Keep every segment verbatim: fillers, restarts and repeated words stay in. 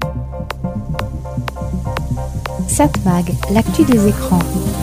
Satmag, l'actu des écrans.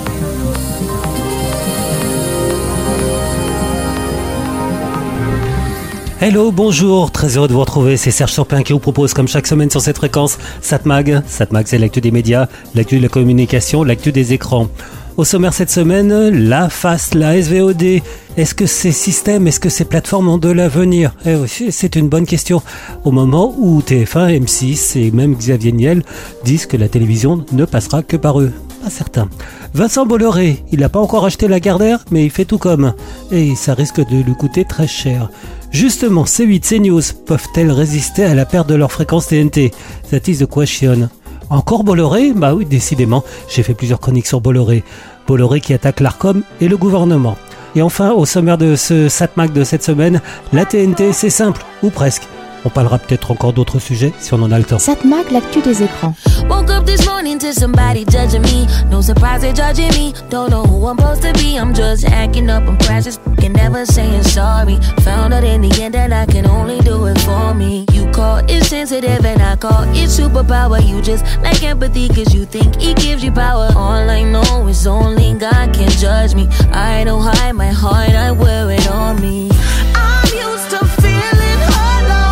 Hello, bonjour, très heureux de vous retrouver, c'est Serge Surpin qui vous propose comme chaque semaine sur cette fréquence Satmag. Satmag, c'est l'actu des médias, l'actu de la communication, l'actu des écrans. Au sommaire cette semaine, la F A S, la S V O D. Est-ce que ces systèmes, est-ce que ces plateformes ont de l'avenir ? Eh oui, c'est une bonne question. Au moment où T F un, M six et même Xavier Niel disent que la télévision ne passera que par eux. Pas certain. Vincent Bolloré, il n'a pas encore acheté Lagardère, mais il fait tout comme. Et ça risque de lui coûter très cher. Justement, C huit, CNews peuvent-elles résister à la perte de leur fréquence T N T ? That is the question. Encore Bolloré ? Bah oui, décidément, j'ai fait plusieurs chroniques sur Bolloré. Bolloré qui attaque l'Arcom et le gouvernement. Et enfin, au sommaire de ce Satmag de cette semaine, la T N T, c'est simple, ou presque. On parlera peut-être encore d'autres sujets si on en a le temps. Satmag, l'actu des écrans. Woke up this morning to somebody judging me. No surprise they're judging me. Don't know who I'm supposed to be. I'm just acting up. I'm precious. Can never saying sorry. Found out in the end that I can only do it for me. You call it sensitive and I call it superpower. You just like empathy cause you think it gives you power. All I know is only God can judge me. I don't hide my heart. I wear it on me. I'm used to feeling alone.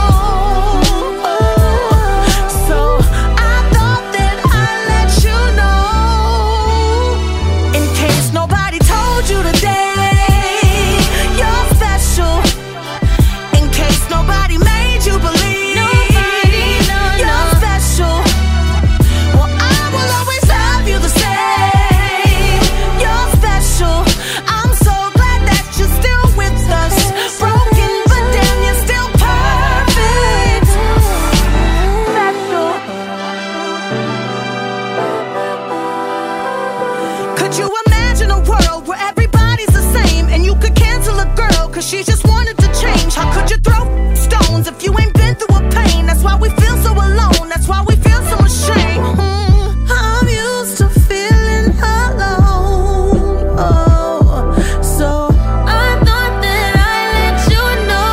She just wanted to change. How could you throw stones if you ain't been through a pain? That's why we feel so alone. That's why we feel so ashamed. Mm, I'm used to feeling alone. Oh, so I thought that I'd let you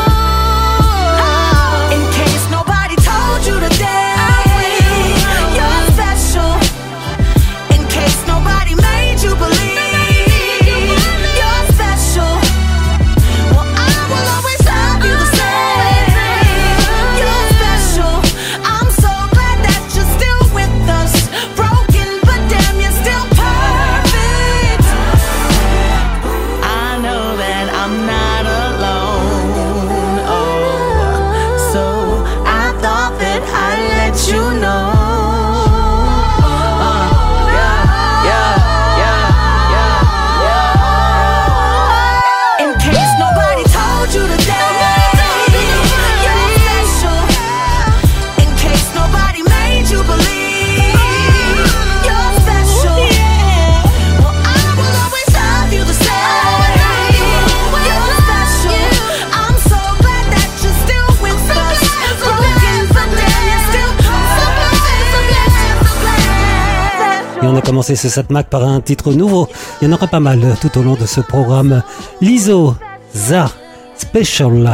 know. In case nobody told you today, you're special. In case nobody made you believe. On a commencé ce Satmag par un titre nouveau. Il y en aura pas mal tout au long de ce programme. Lizzo, Za, Special.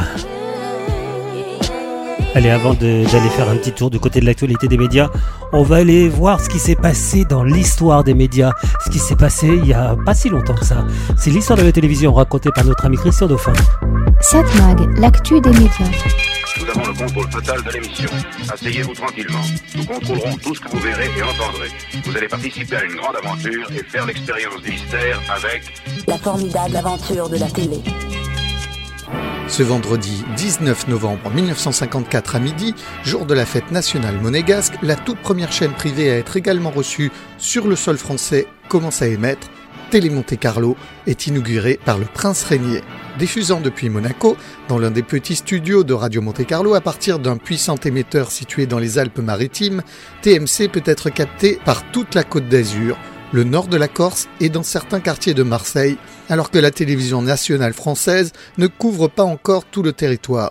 Allez, avant de, d'aller faire un petit tour du côté de l'actualité des médias, on va aller voir ce qui s'est passé dans l'histoire des médias. Ce qui s'est passé il y a pas si longtemps que ça. C'est l'histoire de la télévision racontée par notre ami Christian Dauphin. Satmag, l'actu des médias. Nous avons le contrôle total de l'émission. Asseyez-vous tranquillement. Nous contrôlerons tout ce que vous verrez et entendrez. Vous allez participer à une grande aventure et faire l'expérience du mystère avec la formidable aventure de la télé. Ce vendredi dix-neuf novembre mille neuf cent cinquante-quatre à midi, jour de la fête nationale monégasque, la toute première chaîne privée à être également reçue sur le sol français commence à émettre. Télé Monte Carlo est inaugurée par le prince Régnier. Diffusant depuis Monaco, dans l'un des petits studios de Radio Monte Carlo à partir d'un puissant émetteur situé dans les Alpes-Maritimes, T M C peut être capté par toute la Côte d'Azur, le nord de la Corse et dans certains quartiers de Marseille, alors que la télévision nationale française ne couvre pas encore tout le territoire.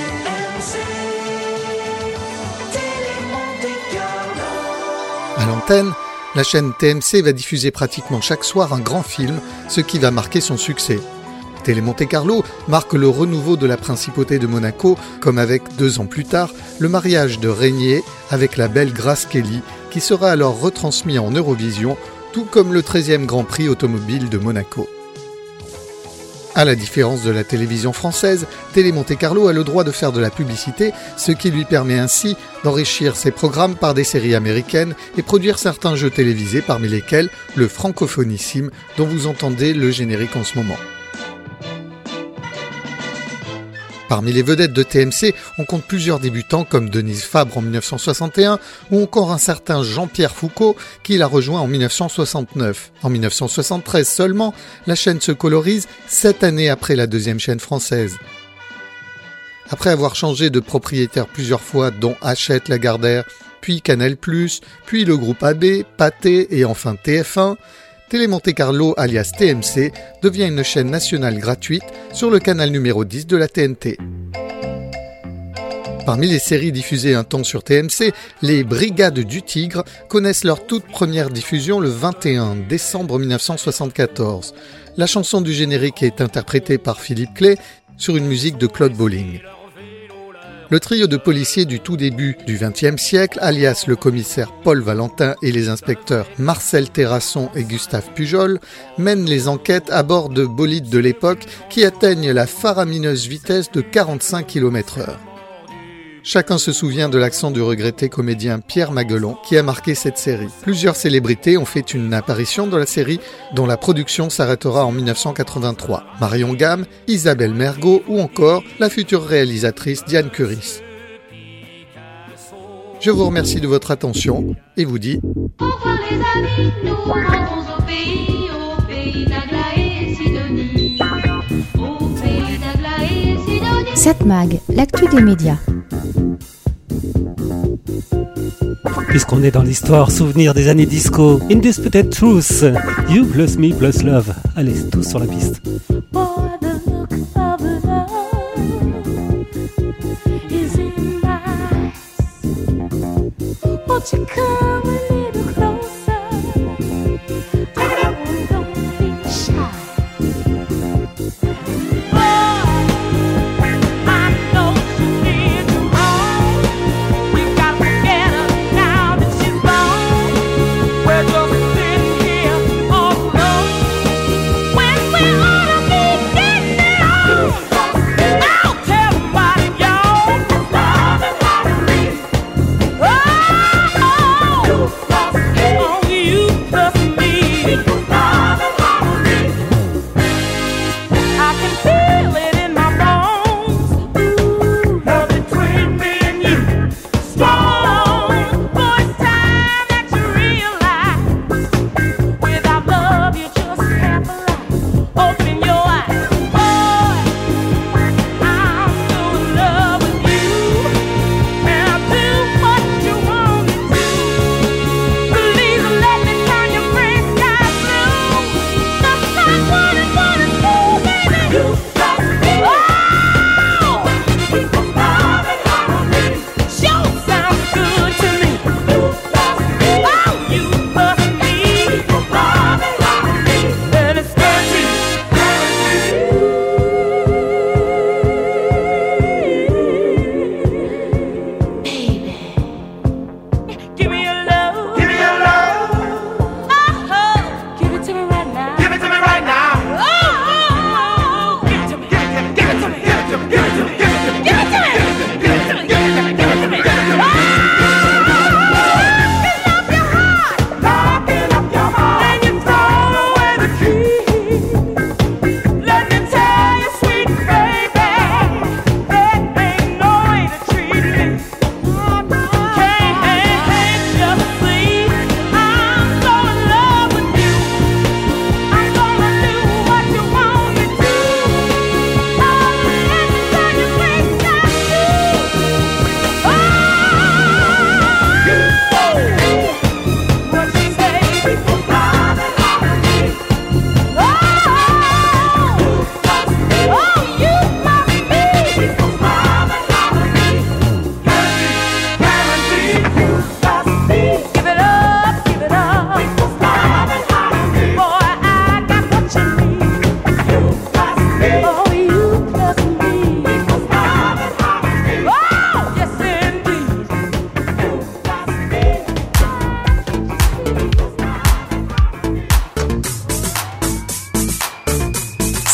À l'antenne, la chaîne T M C va diffuser pratiquement chaque soir un grand film, ce qui va marquer son succès. Télé Monte-Carlo marque le renouveau de la principauté de Monaco, comme avec, deux ans plus tard, le mariage de Régnier avec la belle Grace Kelly, qui sera alors retransmis en Eurovision, tout comme le treizième Grand Prix automobile de Monaco. À la différence de la télévision française, Télé Monte-Carlo a le droit de faire de la publicité, ce qui lui permet ainsi d'enrichir ses programmes par des séries américaines et produire certains jeux télévisés, parmi lesquels le Francophonissime, dont vous entendez le générique en ce moment. Parmi les vedettes de T M C, on compte plusieurs débutants comme Denise Fabre en dix-neuf cent soixante et un ou encore un certain Jean-Pierre Foucault qui l'a rejoint en dix-neuf cent soixante-neuf. En dix-neuf cent soixante-treize seulement, la chaîne se colorise sept années après la deuxième chaîne française. Après avoir changé de propriétaire plusieurs fois, dont Hachette Lagardère, puis Canal plus, puis le groupe A B, Pathé et enfin T F un, Télé Monte-Carlo alias T M C devient une chaîne nationale gratuite sur le canal numéro dix de la T N T. Parmi les séries diffusées un temps sur T M C, les Brigades du Tigre connaissent leur toute première diffusion le vingt et un décembre dix-neuf cent soixante-quatorze. La chanson du générique est interprétée par Philippe Clay sur une musique de Claude Bolling. Le trio de policiers du tout début du vingtième siècle, alias le commissaire Paul Valentin et les inspecteurs Marcel Terrasson et Gustave Pujol, mènent les enquêtes à bord de bolides de l'époque qui atteignent la faramineuse vitesse de quarante-cinq kilomètres heure. Chacun se souvient de l'accent du regretté comédien Pierre Maguelon qui a marqué cette série. Plusieurs célébrités ont fait une apparition dans la série dont la production s'arrêtera en dix-neuf cent quatre-vingt-trois. Marion Gamme, Isabelle Mergo ou encore la future réalisatrice Diane Curis. Je vous remercie de votre attention et vous dis... Au revoir les amis, nous rentrons au pays, au pays d'Aglaé et Sidonie. Au pays d'Aglaé et Sidonie. sept mag, l'actu des médias. Puisqu'on est dans l'histoire, souvenir des années disco, Indisputed Truth, You plus me plus love. Allez, tous sur la piste. Boy, the look of love is in my eyes. Won't you come a little closer? Oh, don't be shy. Oh,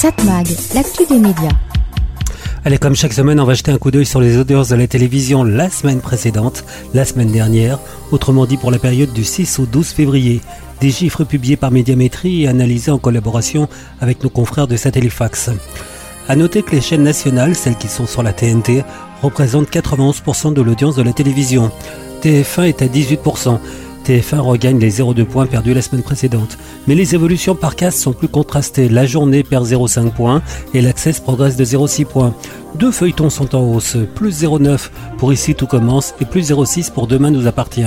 Satmag, l'actu des médias. Allez, comme chaque semaine, on va jeter un coup d'œil sur les audiences de la télévision la semaine précédente, la semaine dernière, autrement dit pour la période du six au douze février. Des chiffres publiés par Médiamétrie et analysés en collaboration avec nos confrères de Satellifax. À noter que les chaînes nationales, celles qui sont sur la T N T, représentent quatre-vingt-onze pour cent de l'audience de la télévision. T F un est à dix-huit pour cent. T F un regagne les zéro virgule deux points perdus la semaine précédente. Mais les évolutions par caste sont plus contrastées. La journée perd zéro virgule cinq points et l'Access progresse de zéro virgule six points. Deux feuilletons sont en hausse, plus zéro virgule neuf pour Ici tout commence et plus zéro virgule six pour Demain nous appartient.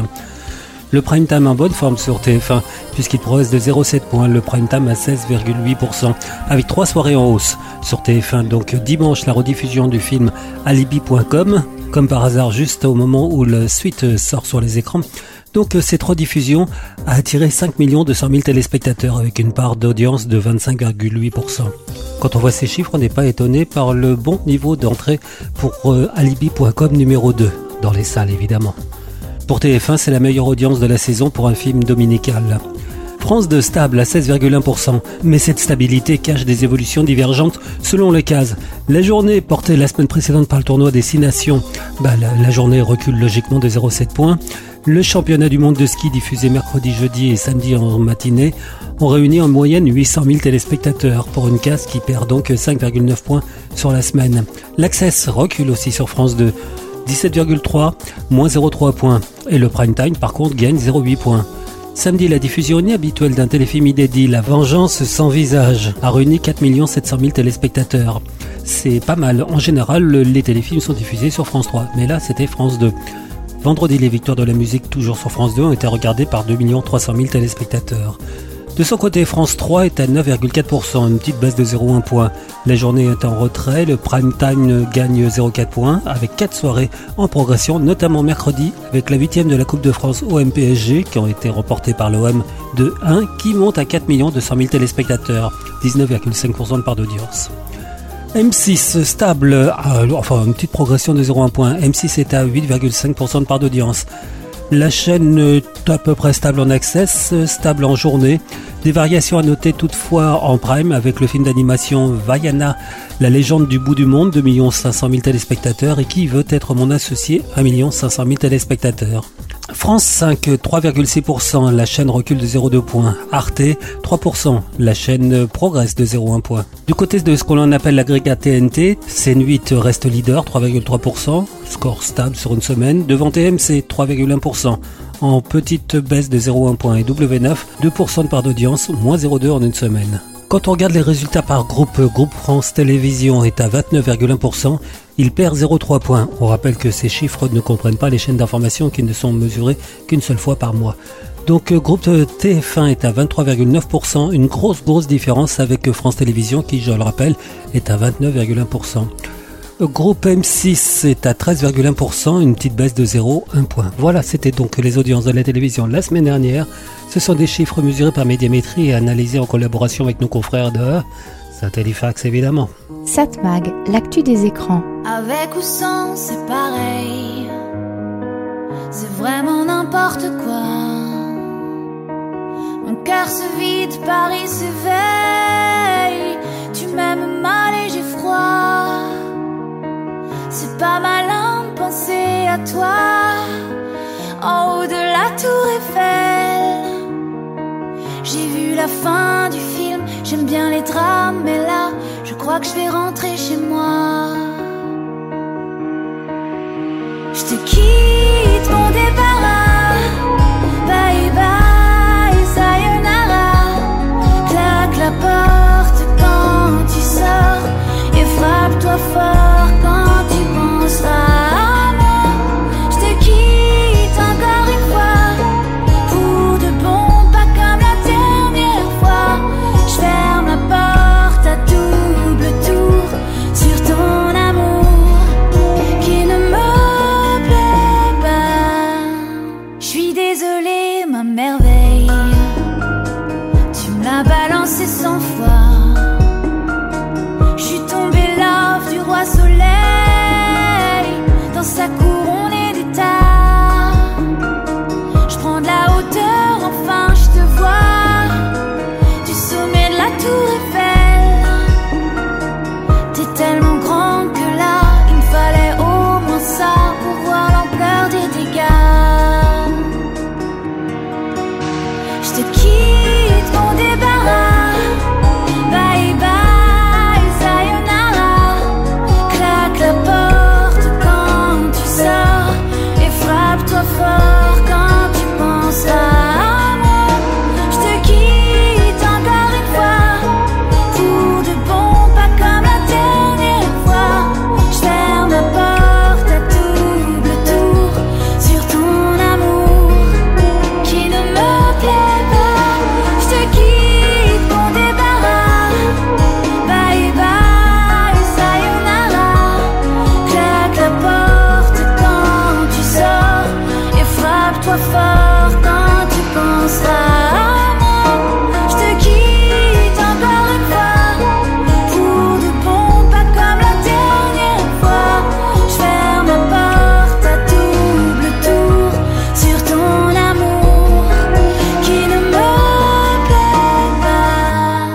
Le prime time en bonne forme sur T F un puisqu'il progresse de zéro virgule sept points, le prime time à seize virgule huit pour cent avec trois soirées en hausse sur T F un. Donc dimanche la rediffusion du film alibi point com, comme par hasard juste au moment où la suite sort sur les écrans. Donc cette rediffusion a attiré cinq millions deux cent mille téléspectateurs avec une part d'audience de vingt-cinq virgule huit pour cent. Quand on voit ces chiffres, on n'est pas étonné par le bon niveau d'entrée pour euh, alibi point com numéro deux, dans les salles évidemment. Pour T F un, c'est la meilleure audience de la saison pour un film dominical. France deux stable à seize virgule un pour cent, mais cette stabilité cache des évolutions divergentes selon les cases. La journée portée la semaine précédente par le tournoi des six nations, bah, la, la journée recule logiquement de zéro virgule sept points. Le championnat du monde de ski diffusé mercredi, jeudi et samedi en matinée ont réuni en moyenne huit cent mille téléspectateurs pour une case qui perd donc cinq virgule neuf points sur la semaine. L'Access recule aussi sur France deux, dix-sept virgule trois, moins zéro virgule trois points. Et le prime time par contre gagne zéro virgule huit points. Samedi, la diffusion inhabituelle d'un téléfilm inédit, La Vengeance sans visage, a réuni quatre millions sept cent mille téléspectateurs. C'est pas mal. En général, les téléfilms sont diffusés sur France trois, mais là c'était France deux. Vendredi, les victoires de la musique, toujours sur France deux, ont été regardées par deux millions trois cent mille téléspectateurs. De son côté, France trois est à neuf virgule quatre pour cent, une petite baisse de zéro virgule un point. La journée est en retrait, le prime time gagne zéro virgule quatre points, avec quatre soirées en progression, notamment mercredi, avec la huitième de la Coupe de France O M P S G, qui ont été remportées par l'O M de un, qui monte à quatre millions deux cent mille téléspectateurs, dix-neuf virgule cinq pour cent de part d'audience. M six stable, euh, enfin une petite progression de zéro virgule un point. M six est à huit virgule cinq pour cent de part d'audience. La chaîne est à peu près stable en access, stable en journée. Des variations à noter toutefois en prime avec le film d'animation Vaiana, la légende du bout du monde, deux millions cinq cent mille téléspectateurs, et Qui veut être mon associé, un million cinq cent mille téléspectateurs. France cinq, trois virgule six pour cent, la chaîne recule de zéro virgule deux points. Arte, trois pour cent, la chaîne progresse de zéro virgule un point. Du côté de ce qu'on appelle l'agrégat T N T, C N huit reste leader, trois virgule trois pour cent, score stable sur une semaine. Devant T M C, trois virgule un pour cent, en petite baisse de zéro virgule un point. Et W neuf, deux pour cent de part d'audience, moins zéro virgule deux en une semaine. Quand on regarde les résultats par groupe, Groupe France Télévisions est à vingt-neuf virgule un pour cent, il perd zéro virgule trois points. On rappelle que ces chiffres ne comprennent pas les chaînes d'information qui ne sont mesurées qu'une seule fois par mois. Donc groupe T F un est à vingt-trois virgule neuf pour cent, une grosse grosse différence avec France Télévisions qui, je le rappelle, est à vingt-neuf virgule un pour cent. Groupe M six est à treize virgule un pour cent, une petite baisse de zéro virgule un point. Voilà, c'était donc les audiences de la télévision la semaine dernière. Ce sont des chiffres mesurés par Médiamétrie et analysés en collaboration avec nos confrères de Satellifax évidemment. Satmag, l'actu des écrans. Avec ou sans, c'est pareil. C'est vraiment n'importe quoi. Mon cœur se vide, Paris s'éveille. Tu m'aimes mal et j'ai froid. C'est pas malin de penser à toi en haut de la tour Eiffel. J'ai vu la fin du film, j'aime bien les drames, mais là, je crois que je vais rentrer chez moi. Je te quitte, mon débarras. Bye bye, sayonara. Claque la porte quand tu sors et frappe-toi fort quand tu penseras à moi. Je te quitte encore une fois, pour de bon, pas comme la dernière fois. Je ferme la porte à double tour sur ton sois fort quand tu penseras à moi. Je te quitte encore une fois, pour de bon, pas comme la dernière fois. Je ferme la porte à double tour sur ton amour qui ne me plaît pas.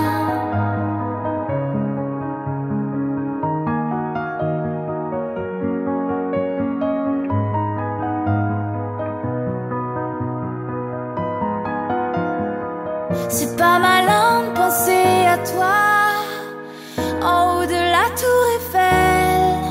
C'est pas malin de penser à toi en haut de la tour Eiffel.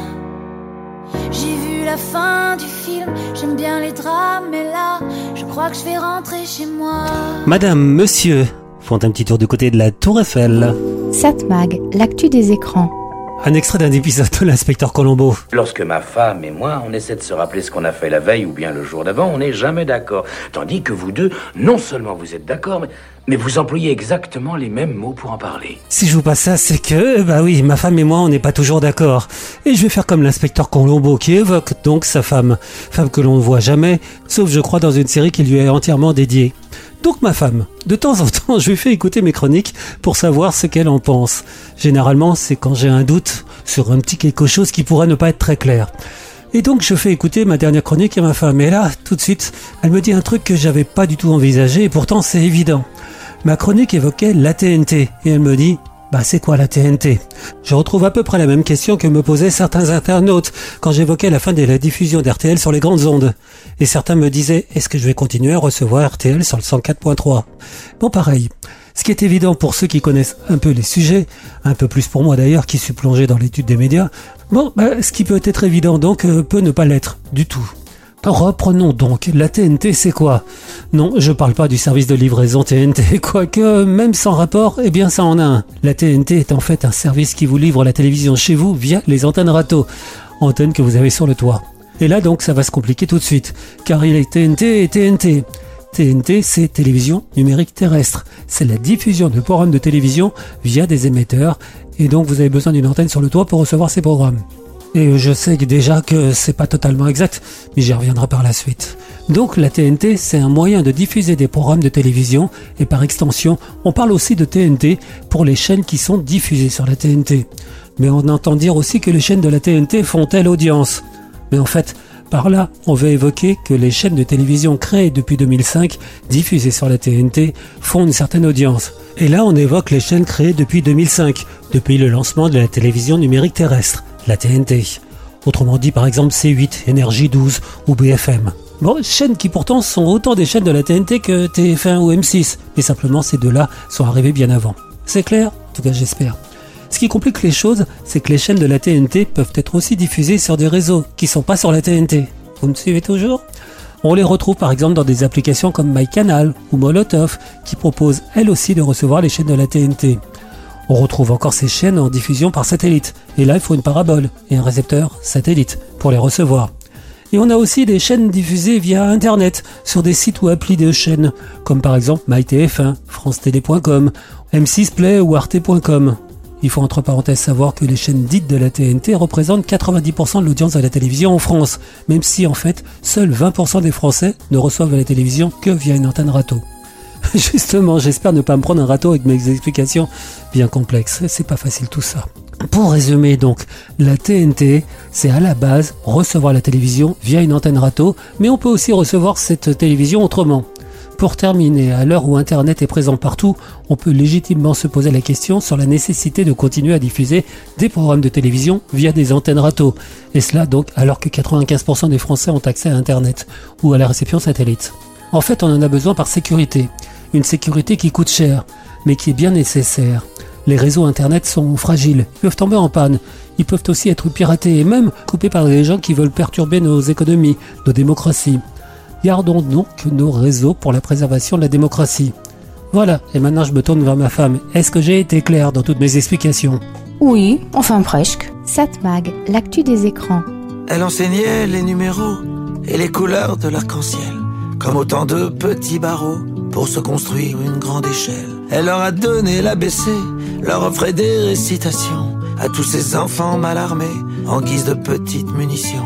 J'ai vu la fin du film, j'aime bien les drames, mais là, je crois que je vais rentrer chez moi. Madame, monsieur, font un petit tour du côté de la Tour Eiffel. Satmag, l'actu des écrans. Un extrait d'un épisode de l'inspecteur Colombo. Lorsque ma femme et moi, on essaie de se rappeler ce qu'on a fait la veille ou bien le jour d'avant, on n'est jamais d'accord. Tandis que vous deux, non seulement vous êtes d'accord, mais, mais vous employez exactement les mêmes mots pour en parler. Si je vous passe ça, c'est que, bah oui, ma femme et moi, on n'est pas toujours d'accord. Et je vais faire comme l'inspecteur Colombo qui évoque donc sa femme. Femme que l'on ne voit jamais, sauf je crois dans une série qui lui est entièrement dédiée. Donc ma femme, de temps en temps, je lui fais écouter mes chroniques pour savoir ce qu'elle en pense. Généralement, c'est quand j'ai un doute sur un petit quelque chose qui pourrait ne pas être très clair. Et donc, je fais écouter ma dernière chronique à ma femme. Et là, tout de suite, elle me dit un truc que j'avais pas du tout envisagé et pourtant c'est évident. Ma chronique évoquait la T N T et elle me dit... Bah c'est quoi la T N T ? Je retrouve à peu près la même question que me posaient certains internautes quand j'évoquais la fin de la diffusion d'R T L sur les grandes ondes. Et certains me disaient, est-ce que je vais continuer à recevoir R T L sur le cent quatre point trois ? Bon pareil, ce qui est évident pour ceux qui connaissent un peu les sujets, un peu plus pour moi d'ailleurs qui suis plongé dans l'étude des médias, bon bah, ce qui peut être évident donc euh, peut ne pas l'être du tout. Reprenons donc, la T N T c'est quoi ? Non, je parle pas du service de livraison T N T, quoique même sans rapport, eh bien ça en a un. La T N T est en fait un service qui vous livre la télévision chez vous via les antennes râteaux, antennes que vous avez sur le toit. Et là donc ça va se compliquer tout de suite, car il est T N T et T N T. T N T c'est télévision numérique terrestre, c'est la diffusion de programmes de télévision via des émetteurs, et donc vous avez besoin d'une antenne sur le toit pour recevoir ces programmes. Et je sais déjà que c'est pas totalement exact, mais j'y reviendrai par la suite. Donc la T N T, c'est un moyen de diffuser des programmes de télévision, et par extension, on parle aussi de T N T pour les chaînes qui sont diffusées sur la T N T. Mais on entend dire aussi que les chaînes de la T N T font telle audience. Mais en fait, par là, on veut évoquer que les chaînes de télévision créées depuis deux mille cinq, diffusées sur la T N T, font une certaine audience. Et là, on évoque les chaînes créées depuis deux mille cinq, depuis le lancement de la télévision numérique terrestre, la T N T. Autrement dit, par exemple, C huit, Énergie douze ou B F M. Bon, chaînes qui pourtant sont autant des chaînes de la T N T que T F un ou M six, mais simplement ces deux-là sont arrivés bien avant. C'est clair ? En tout cas, j'espère. Ce qui complique les choses, c'est que les chaînes de la T N T peuvent être aussi diffusées sur des réseaux qui sont pas sur la T N T. Vous me suivez toujours ? On les retrouve par exemple dans des applications comme MyCanal ou Molotov, qui proposent elles aussi de recevoir les chaînes de la T N T. On retrouve encore ces chaînes en diffusion par satellite, et là il faut une parabole et un récepteur satellite pour les recevoir. Et on a aussi des chaînes diffusées via internet, sur des sites ou applis de chaînes, comme par exemple My T F un, France Télé point com, M six Play ou Arte point com. Il faut entre parenthèses savoir que les chaînes dites de la T N T représentent quatre-vingt-dix pour cent de l'audience de la télévision en France, même si en fait, seuls vingt pour cent des Français ne reçoivent la télévision que via une antenne râteau. Justement, j'espère ne pas me prendre un râteau avec mes explications bien complexes, c'est pas facile tout ça. Pour résumer donc, la T N T, c'est à la base recevoir la télévision via une antenne râteau, mais on peut aussi recevoir cette télévision autrement. Pour terminer, à l'heure où Internet est présent partout, on peut légitimement se poser la question sur la nécessité de continuer à diffuser des programmes de télévision via des antennes râteau. Et cela donc alors que quatre-vingt-quinze pour cent des Français ont accès à Internet ou à la réception satellite. En fait, on en a besoin par sécurité. Une sécurité qui coûte cher, mais qui est bien nécessaire. Les réseaux Internet sont fragiles, ils peuvent tomber en panne. Ils peuvent aussi être piratés et même coupés par des gens qui veulent perturber nos économies, nos démocraties. Gardons donc nos réseaux pour la préservation de la démocratie. Voilà, et maintenant je me tourne vers ma femme. Est-ce que j'ai été clair dans toutes mes explications ? Oui, enfin presque. Satmag, l'actu des écrans. Elle enseignait les numéros et les couleurs de l'arc-en-ciel, comme autant de petits barreaux pour se construire une grande échelle. Elle leur a donné l'A B C, leur offrait des récitations à tous ces enfants mal armés en guise de petites munitions.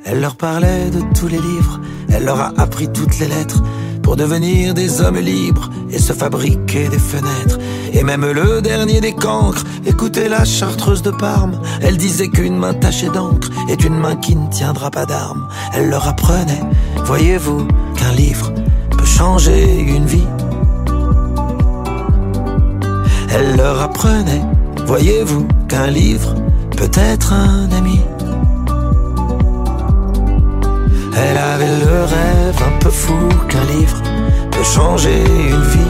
Elle leur parlait de tous les livres, elle leur a appris toutes les lettres pour devenir des hommes libres et se fabriquer des fenêtres. Et même le dernier des cancres, écoutez la chartreuse de Parme, elle disait qu'une main tachée d'encre est une main qui ne tiendra pas d'armes. Elle leur apprenait, voyez-vous, qu'un livre peut changer une vie. Elle leur apprenait, voyez-vous, qu'un livre peut être un ami. Elle avait le rêve un peu fou qu'un livre peut changer une vie.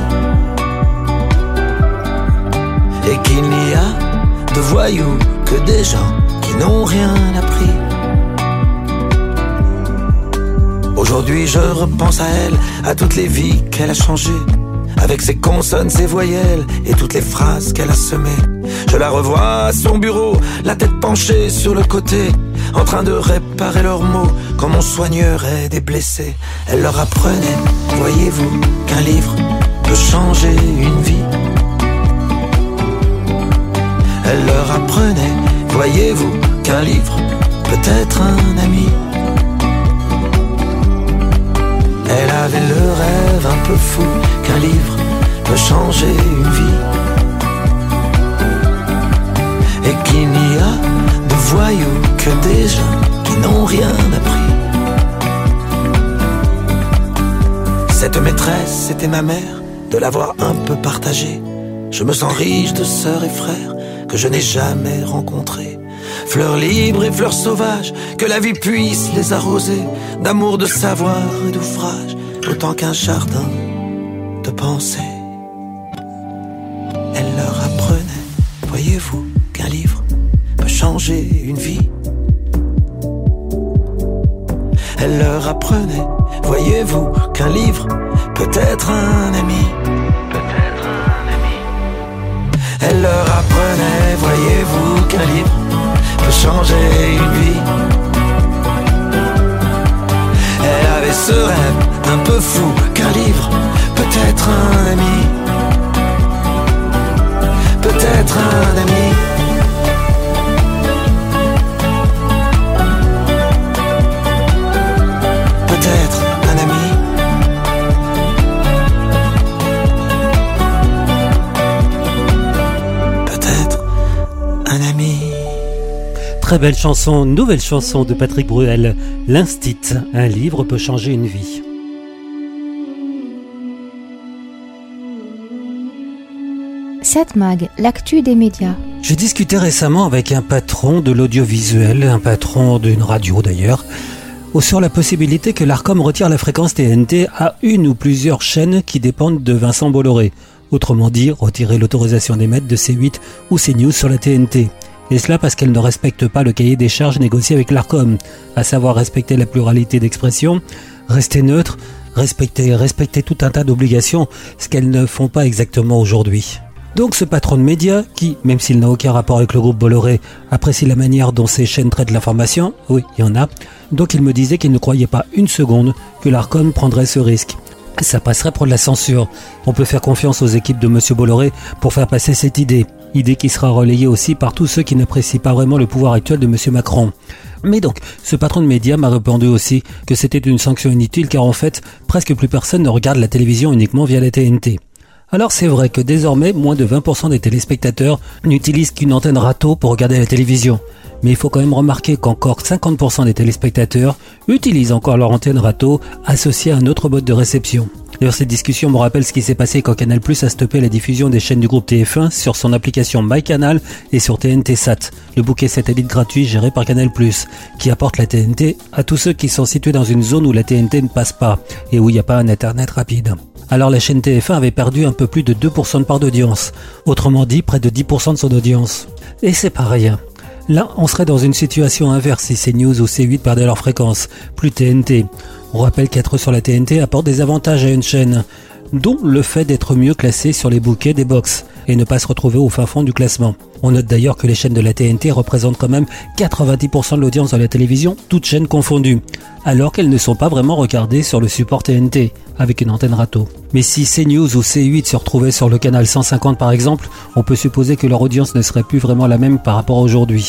Et qu'il n'y a de voyous que des gens qui n'ont rien appris. Aujourd'hui je repense à elle, à toutes les vies qu'elle a changées, avec ses consonnes, ses voyelles et toutes les phrases qu'elle a semées. Je la revois à son bureau, la tête penchée sur le côté, en train de réparer leurs mots comme on soignerait des blessés. Elle leur apprenait, voyez-vous, qu'un livre peut changer une vie. Elle leur apprenait, voyez-vous, qu'un livre peut être un ami. Elle avait le rêve un peu fou qu'un livre peut changer une vie. Et qu'il n'y a de voyous que des gens qui n'ont rien appris. Cette maîtresse, c'était ma mère, de l'avoir un peu partagée. Je me sens riche de sœurs et frères que je n'ai jamais rencontrés. Fleurs libres et fleurs sauvages, que la vie puisse les arroser d'amour, de savoir et d'ouvrage, autant qu'un jardin de pensée. Elle leur apprenait, voyez-vous, qu'un livre peut changer une vie. Elle leur apprenait, voyez-vous, qu'un livre peut être un ami. Peut-être un ami. Elle leur apprenait, voyez-vous, qu'un livre peut changer une vie. Elle avait ce rêve un peu fou qu'un livre peut être un ami. Peut-être un ami. Peut-être un ami. Peut-être un ami. Très belle chanson, nouvelle chanson de Patrick Bruel, L'Instit, un livre peut changer une vie. sept mag, l'actu des médias. J'ai discuté récemment avec un patron de l'audiovisuel, un patron d'une radio d'ailleurs, sur la possibilité que l'Arcom retire la fréquence T N T à une ou plusieurs chaînes qui dépendent de Vincent Bolloré. Autrement dit, retirer l'autorisation d'émettre de C huit ou CNews sur la T N T. Et cela parce qu'elle ne respecte pas le cahier des charges négocié avec l'Arcom, à savoir respecter la pluralité d'expression, rester neutre, respecter, respecter tout un tas d'obligations, ce qu'elles ne font pas exactement aujourd'hui. Donc ce patron de médias, qui, même s'il n'a aucun rapport avec le groupe Bolloré, apprécie la manière dont ces chaînes traitent l'information, oui, il y en a, donc il me disait qu'il ne croyait pas une seconde que l'Arcom prendrait ce risque. Ça passerait pour de la censure. On peut faire confiance aux équipes de Monsieur Bolloré pour faire passer cette idée. Idée qui sera relayée aussi par tous ceux qui n'apprécient pas vraiment le pouvoir actuel de Monsieur Macron. Mais donc, ce patron de médias m'a répondu aussi que c'était une sanction inutile car en fait, presque plus personne ne regarde la télévision uniquement via la T N T. Alors c'est vrai que désormais, moins de vingt pour cent des téléspectateurs n'utilisent qu'une antenne râteau pour regarder la télévision. Mais il faut quand même remarquer qu'encore cinquante pour cent des téléspectateurs utilisent encore leur antenne râteau associée à un autre mode de réception. D'ailleurs, cette discussion me rappelle ce qui s'est passé quand Canal+ a stoppé la diffusion des chaînes du groupe T F un sur son application MyCanal et sur T N T Sat, le bouquet satellite gratuit géré par Canal+, qui apporte la T N T à tous ceux qui sont situés dans une zone où la T N T ne passe pas et où il n'y a pas un internet rapide. Alors la chaîne T F un avait perdu un peu plus de deux pour cent de part d'audience, autrement dit près de dix pour cent de son audience. Et c'est pas rien. Là, on serait dans une situation inverse si CNews ou C huit perdaient leur fréquence, plus T N T. On rappelle qu'être sur la T N T apporte des avantages à une chaîne, dont le fait d'être mieux classé sur les bouquets des box et ne pas se retrouver au fin fond du classement. On note d'ailleurs que les chaînes de la T N T représentent quand même quatre-vingt-dix pour cent de l'audience de la télévision, toutes chaînes confondues, alors qu'elles ne sont pas vraiment regardées sur le support T N T, avec une antenne râteau. Mais si CNews ou C huit se retrouvaient sur le canal cent cinquante par exemple, on peut supposer que leur audience ne serait plus vraiment la même par rapport à aujourd'hui.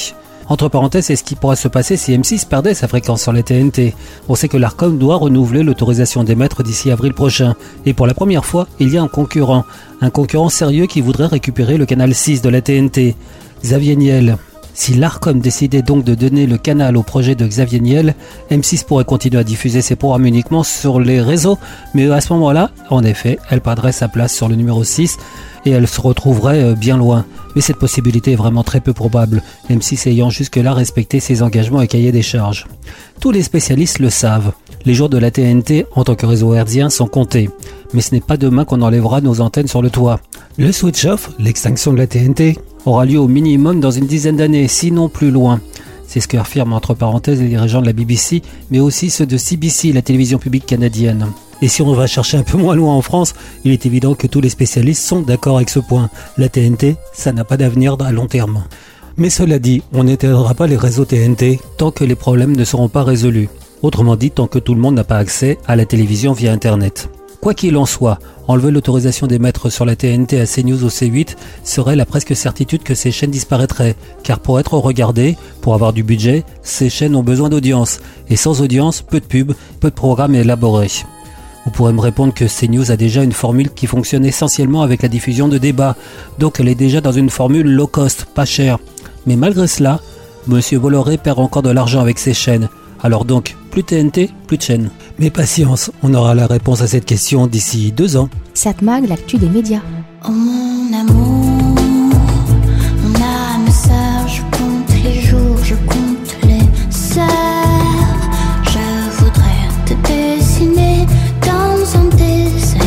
Entre parenthèses, c'est ce qui pourrait se passer si M six perdait sa fréquence sur la T N T. On sait que l'Arcom doit renouveler l'autorisation d'émettre d'ici avril prochain. Et pour la première fois, il y a un concurrent. Un concurrent sérieux qui voudrait récupérer le canal six de la T N T. Xavier Niel. Si l'Arcom décidait donc de donner le canal au projet de Xavier Niel, M six pourrait continuer à diffuser ses programmes uniquement sur les réseaux, mais à ce moment-là, en effet, elle perdrait sa place sur le numéro six et elle se retrouverait bien loin. Mais cette possibilité est vraiment très peu probable, M six ayant jusque-là respecté ses engagements et cahiers des charges. Tous les spécialistes le savent, les jours de la T N T en tant que réseau hertzien sont comptés. Mais ce n'est pas demain qu'on enlèvera nos antennes sur le toit. Le switch-off, l'extinction de la T N T, aura lieu au minimum dans une dizaine d'années, sinon plus loin. C'est ce que affirment entre parenthèses les dirigeants de la B B C, mais aussi ceux de C B C, la télévision publique canadienne. Et si on va chercher un peu moins loin en France, il est évident que tous les spécialistes sont d'accord avec ce point. La T N T, ça n'a pas d'avenir à long terme. Mais cela dit, on n'éteindra pas les réseaux T N T tant que les problèmes ne seront pas résolus. Autrement dit, tant que tout le monde n'a pas accès à la télévision via Internet. Quoi qu'il en soit, enlever l'autorisation d'émettre sur la T N T à CNews ou C huit serait la presque certitude que ces chaînes disparaîtraient, car pour être regardées, pour avoir du budget, ces chaînes ont besoin d'audience, et sans audience, peu de pubs, peu de programmes élaborés. Vous pourrez me répondre que CNews a déjà une formule qui fonctionne essentiellement avec la diffusion de débats, donc elle est déjà dans une formule low cost, pas chère. Mais malgré cela, Monsieur Bolloré perd encore de l'argent avec ses chaînes. Alors donc, plus T N T, plus de chaînes. Mais patience, on aura la réponse à cette question d'ici deux ans. Satmag, l'actu des médias. Oh mon amour, mon âme sœur, je compte les jours, je compte les heures. Je voudrais te dessiner dans un désert,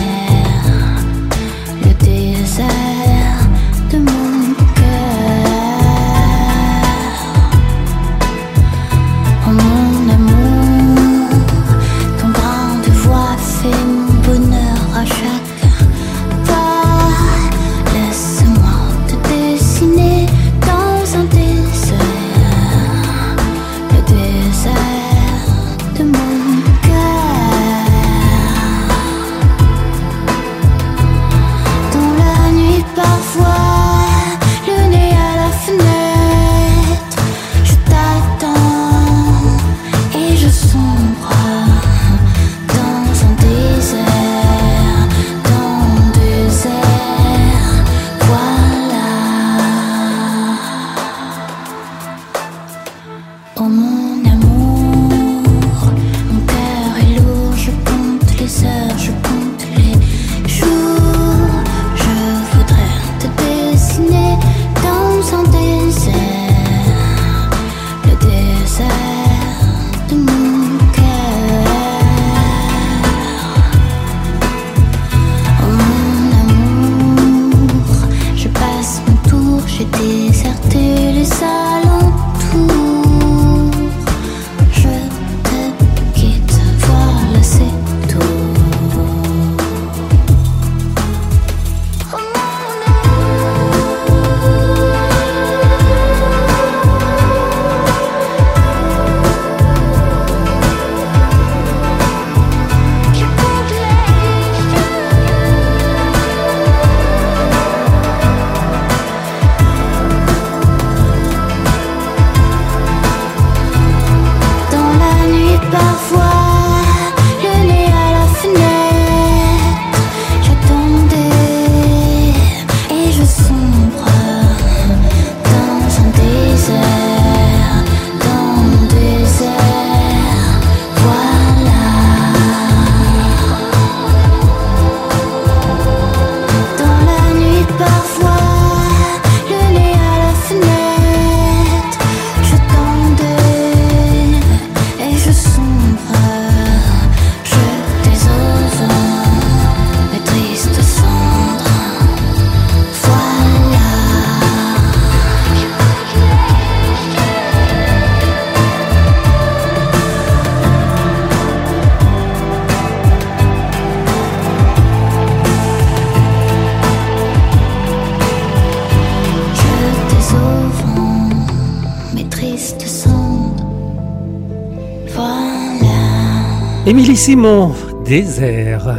le désert de mon cœur. Oh mon amour, ton grain de voix fait mon bonheur à chaque pas. Laisse-moi te dessiner dans un désert, le désert de mon cœur. Dans la nuit parfois, le nez à la fenêtre, je t'attends et je sombre dans un désert, dans un désert, voilà. Oh mon amour, mon cœur est lourd, je compte les heures, je compte les jours. Je voudrais te dessiner dans un désert, le désert de mon cœur. Oh mon amour, je passe mon tour, j'ai déserté les alentours. Je te quitte, voilà c'est tout. Oh mon amour, je compte les dans la nuit parfois, le nez à la fenêtre, j'attendais et je sombre dans un désert, dans un désert, voilà. Dans la nuit parfois, le nez à la fenêtre, je tendais et je sombre, je désole mes tristes cendres, voilà. Je désole mes tristes cendres, voilà. Émilie Simon, désert.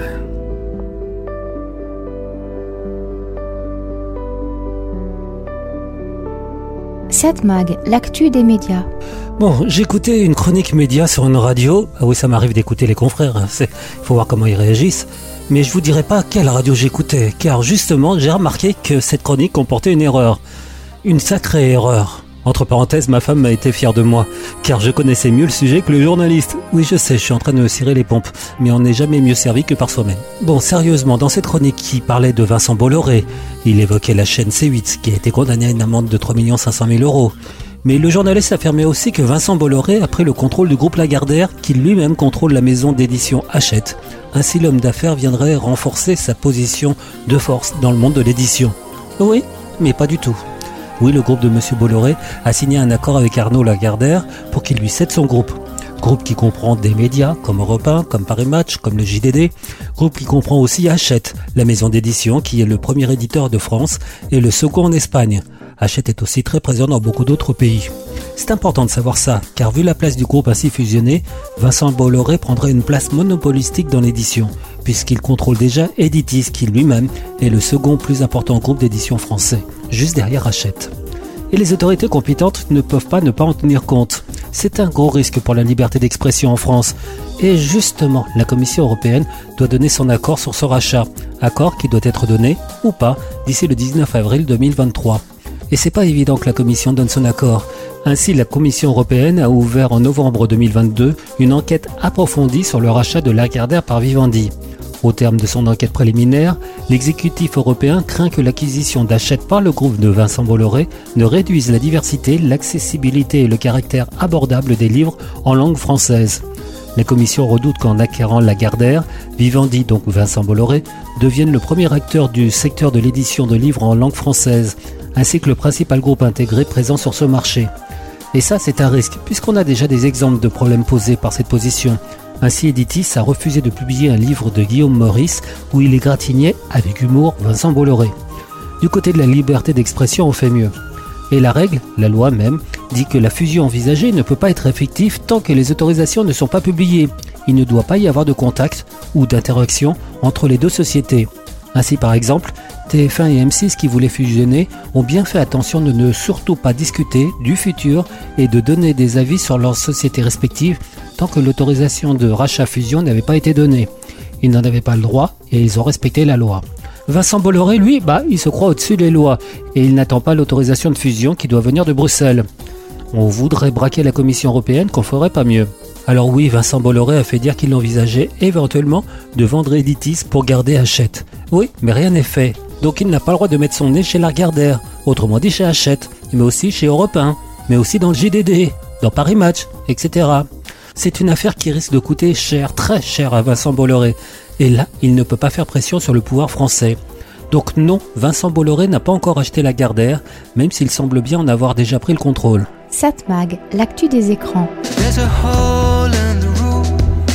sept Mag, l'actu des médias. Bon, j'écoutais une chronique média sur une radio. Ah oui, ça m'arrive d'écouter les confrères. Il faut voir comment ils réagissent. Mais je vous dirai pas quelle radio j'écoutais, car justement, j'ai remarqué que cette chronique comportait une erreur. Une sacrée erreur. Entre parenthèses, ma femme m'a été fière de moi, car je connaissais mieux le sujet que le journaliste. Oui, je sais, je suis en train de me cirer les pompes, mais on n'est jamais mieux servi que par soi-même. Bon, sérieusement, dans cette chronique qui parlait de Vincent Bolloré, il évoquait la chaîne C huit, qui a été condamnée à une amende de trois millions cinq cent mille euros. Mais le journaliste affirmait aussi que Vincent Bolloré a pris le contrôle du groupe Lagardère, qui lui-même contrôle la maison d'édition Hachette. Ainsi, l'homme d'affaires viendrait renforcer sa position de force dans le monde de l'édition. Oui, mais pas du tout. Oui, le groupe de M. Bolloré a signé un accord avec Arnaud Lagardère pour qu'il lui cède son groupe. Groupe qui comprend des médias comme Europe un, comme Paris Match, comme le J D D. Groupe qui comprend aussi Hachette, la maison d'édition qui est le premier éditeur de France et le second en Espagne. Hachette est aussi très présent dans beaucoup d'autres pays. C'est important de savoir ça, car vu la place du groupe ainsi fusionné, Vincent Bolloré prendrait une place monopolistique dans l'édition, puisqu'il contrôle déjà Editis, qui lui-même est le second plus important groupe d'édition français, juste derrière Hachette. Et les autorités compétentes ne peuvent pas ne pas en tenir compte. C'est un gros risque pour la liberté d'expression en France. Et justement, la Commission européenne doit donner son accord sur ce rachat. Accord qui doit être donné, ou pas, d'ici le dix-neuf avril deux mille vingt-trois. Et c'est pas évident que la Commission donne son accord. Ainsi, la Commission européenne a ouvert en novembre deux mille vingt-deux une enquête approfondie sur le rachat de Lagardère par Vivendi. Au terme de son enquête préliminaire, l'exécutif européen craint que l'acquisition d'Hachette par le groupe de Vincent Bolloré ne réduise la diversité, l'accessibilité et le caractère abordable des livres en langue française. La Commission redoute qu'en acquérant Lagardère, Vivendi, donc Vincent Bolloré, devienne le premier acteur du secteur de l'édition de livres en langue française, ainsi que le principal groupe intégré présent sur ce marché. Et ça, c'est un risque, puisqu'on a déjà des exemples de problèmes posés par cette position. Ainsi, Editis a refusé de publier un livre de Guillaume Meurice où il égratignait, avec humour, Vincent Bolloré. Du côté de la liberté d'expression, on fait mieux. Et la règle, la loi même, dit que la fusion envisagée ne peut pas être effective tant que les autorisations ne sont pas publiées. Il ne doit pas y avoir de contact ou d'interaction entre les deux sociétés. Ainsi, par exemple, T F un et M six qui voulaient fusionner ont bien fait attention de ne surtout pas discuter du futur et de donner des avis sur leurs sociétés respectives tant que l'autorisation de rachat-fusion n'avait pas été donnée. Ils n'en avaient pas le droit et ils ont respecté la loi. Vincent Bolloré, lui, bah, il se croit au-dessus des lois et il n'attend pas l'autorisation de fusion qui doit venir de Bruxelles. On voudrait braquer la Commission européenne qu'on ferait pas mieux. Alors oui, Vincent Bolloré a fait dire qu'il envisageait éventuellement de vendre Editis pour garder Hachette. Oui, mais rien n'est fait. Donc il n'a pas le droit de mettre son nez chez Lagardère, autrement dit chez Hachette, mais aussi chez Europe un, mais aussi dans le J D D, dans Paris Match, et cetera. C'est une affaire qui risque de coûter cher, très cher à Vincent Bolloré. Et là, il ne peut pas faire pression sur le pouvoir français. Donc non, Vincent Bolloré n'a pas encore acheté Lagardère, même s'il semble bien en avoir déjà pris le contrôle. sept Mag, l'actu des écrans. There's a hole in the roof,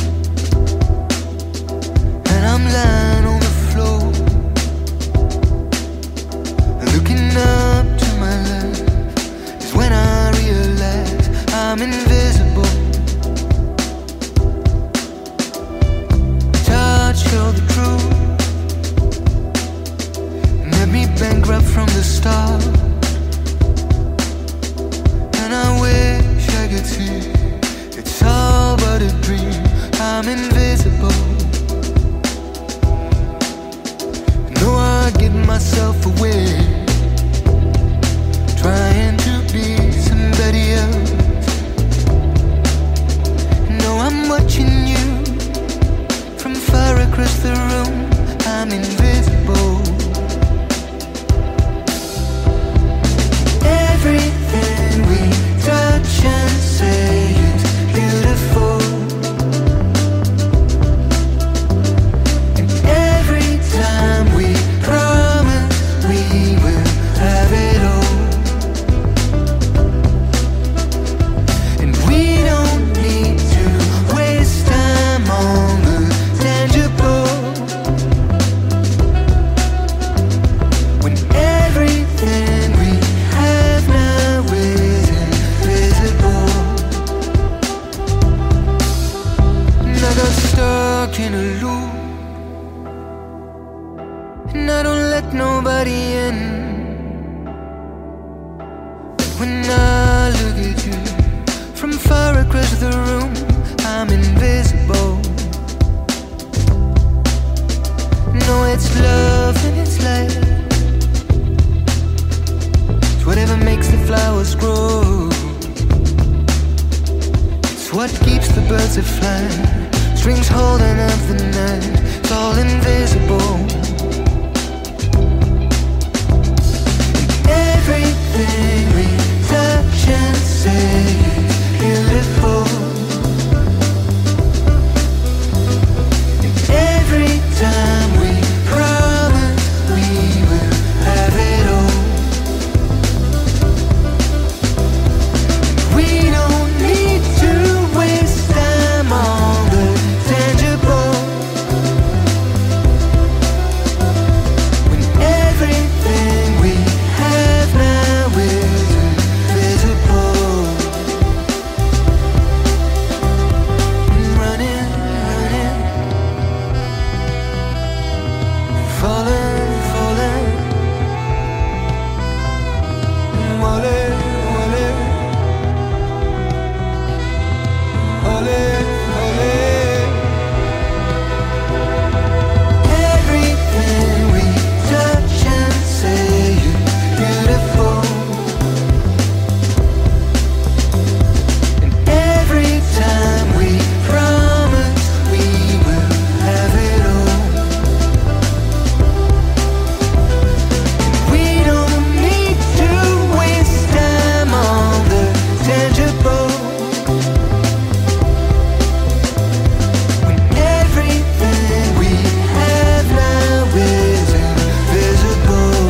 and I'm lying on the floor, looking up to my left is when I realize I'm invisible. Touch of the truth made me bankrupt from the start, and I wish I could see it's all but a dream. I'm invisible. No, I get myself away, trying to be somebody else. No, I'm watching you from far across the room. I'm invisible. Everything we touch and say is beautiful, and every time we promise we will have it all, and we don't need to waste time on the tangible, when everything we have now is invisible. And I got stuck in a loop, and I don't let nobody in. When the room, I'm invisible. No, it's love and it's light. It's whatever makes the flowers grow. It's what keeps the birds aflying. Strings holding up the night. It's all invisible. Everything we touch and say is beautiful. And every time we promise we will have it all. We don't need to waste time on the tangible. When everything we have now is invisible. Running, running, falling, falling, wallet, wallet, wallet, wallet. Everything we touch and say is beautiful. And every time we promise we will have it all. We don't need to waste time on the tangible. When everything we have now is invisible.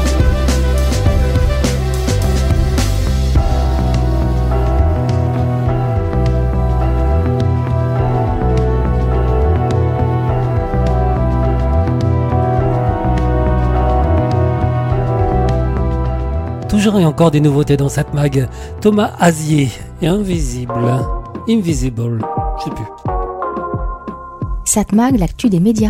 Toujours et encore des nouveautés dans cette mag. Thomas Azier et Invisible. Invisible. Je sais plus. Satmag, l'actu des médias.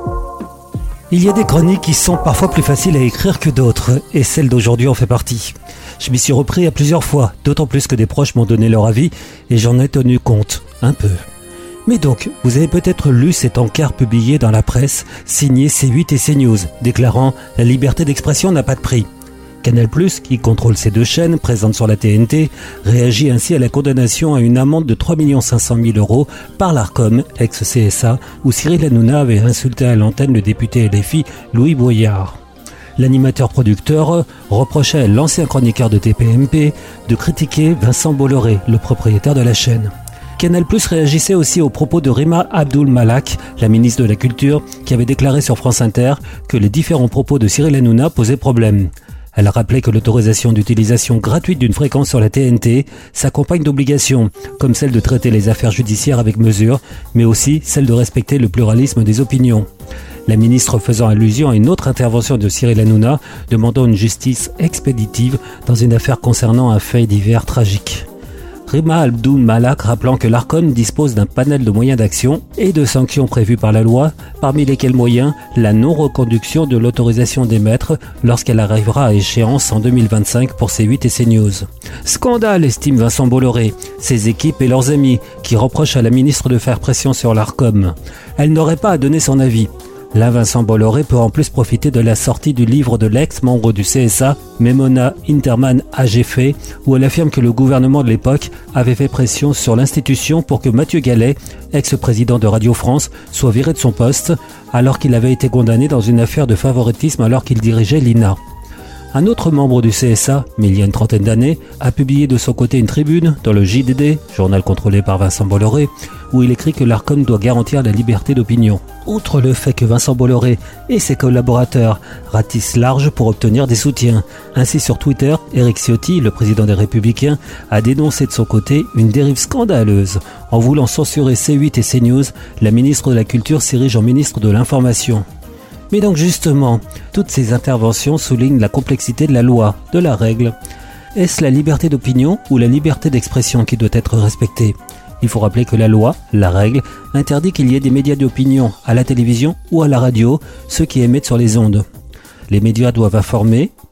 Il y a des chroniques qui sont parfois plus faciles à écrire que d'autres, et celle d'aujourd'hui en fait partie. Je m'y suis repris à plusieurs fois, d'autant plus que des proches m'ont donné leur avis, et j'en ai tenu compte, un peu. Mais donc, vous avez peut-être lu cet encart publié dans la presse, signé C huit et CNews, déclarant « La liberté d'expression n'a pas de prix ». Canal+, qui contrôle ces deux chaînes présentes sur la T N T, réagit ainsi à la condamnation à une amende de trois millions cinq cent mille euros par l'Arcom, ex-C S A, où Cyril Hanouna avait insulté à l'antenne le député L F I Louis Boyard. L'animateur-producteur reprochait à l'ancien chroniqueur de T P M P de critiquer Vincent Bolloré, le propriétaire de la chaîne. Canal+ réagissait aussi aux propos de Rima Abdul Malak, la ministre de la Culture, qui avait déclaré sur France Inter que les différents propos de Cyril Hanouna posaient problème. Elle a rappelé que l'autorisation d'utilisation gratuite d'une fréquence sur la T N T s'accompagne d'obligations, comme celle de traiter les affaires judiciaires avec mesure, mais aussi celle de respecter le pluralisme des opinions. La ministre faisant allusion à une autre intervention de Cyril Hanouna, demandant une justice expéditive dans une affaire concernant un fait divers tragique. Rima Abdul Malak rappelant que l'Arcom dispose d'un panel de moyens d'action et de sanctions prévues par la loi, parmi lesquels moyens la non-reconduction de l'autorisation d'émettre lorsqu'elle arrivera à échéance en deux mille vingt-cinq pour C huit et CNews. Scandale, estime Vincent Bolloré, ses équipes et leurs amis qui reprochent à la ministre de faire pression sur l'Arcom. Elle n'aurait pas à donner son avis. Là, Vincent Bolloré peut en plus profiter de la sortie du livre de l'ex-membre du C S A, Memona Interman Agefé, où elle affirme que le gouvernement de l'époque avait fait pression sur l'institution pour que Mathieu Gallet, ex-président de Radio France, soit viré de son poste, alors qu'il avait été condamné dans une affaire de favoritisme alors qu'il dirigeait l'I N A. Un autre membre du C S A, mais il y a une trentaine d'années, a publié de son côté une tribune dans le J D D, journal contrôlé par Vincent Bolloré, où il écrit que l'Arcom doit garantir la liberté d'opinion. Outre le fait que Vincent Bolloré et ses collaborateurs ratissent large pour obtenir des soutiens. Ainsi sur Twitter, Éric Ciotti, le président des Républicains, a dénoncé de son côté une dérive scandaleuse. En voulant censurer C huit et CNews, la ministre de la Culture s'érige en ministre de l'Information. Mais donc justement, toutes ces interventions soulignent la complexité de la loi, de la règle. Est-ce la liberté d'opinion ou la liberté d'expression qui doit être respectée ? Il faut rappeler que la loi, la règle, interdit qu'il y ait des médias d'opinion à la télévision ou à la radio, ceux qui émettent sur les ondes. Les médias doivent informer,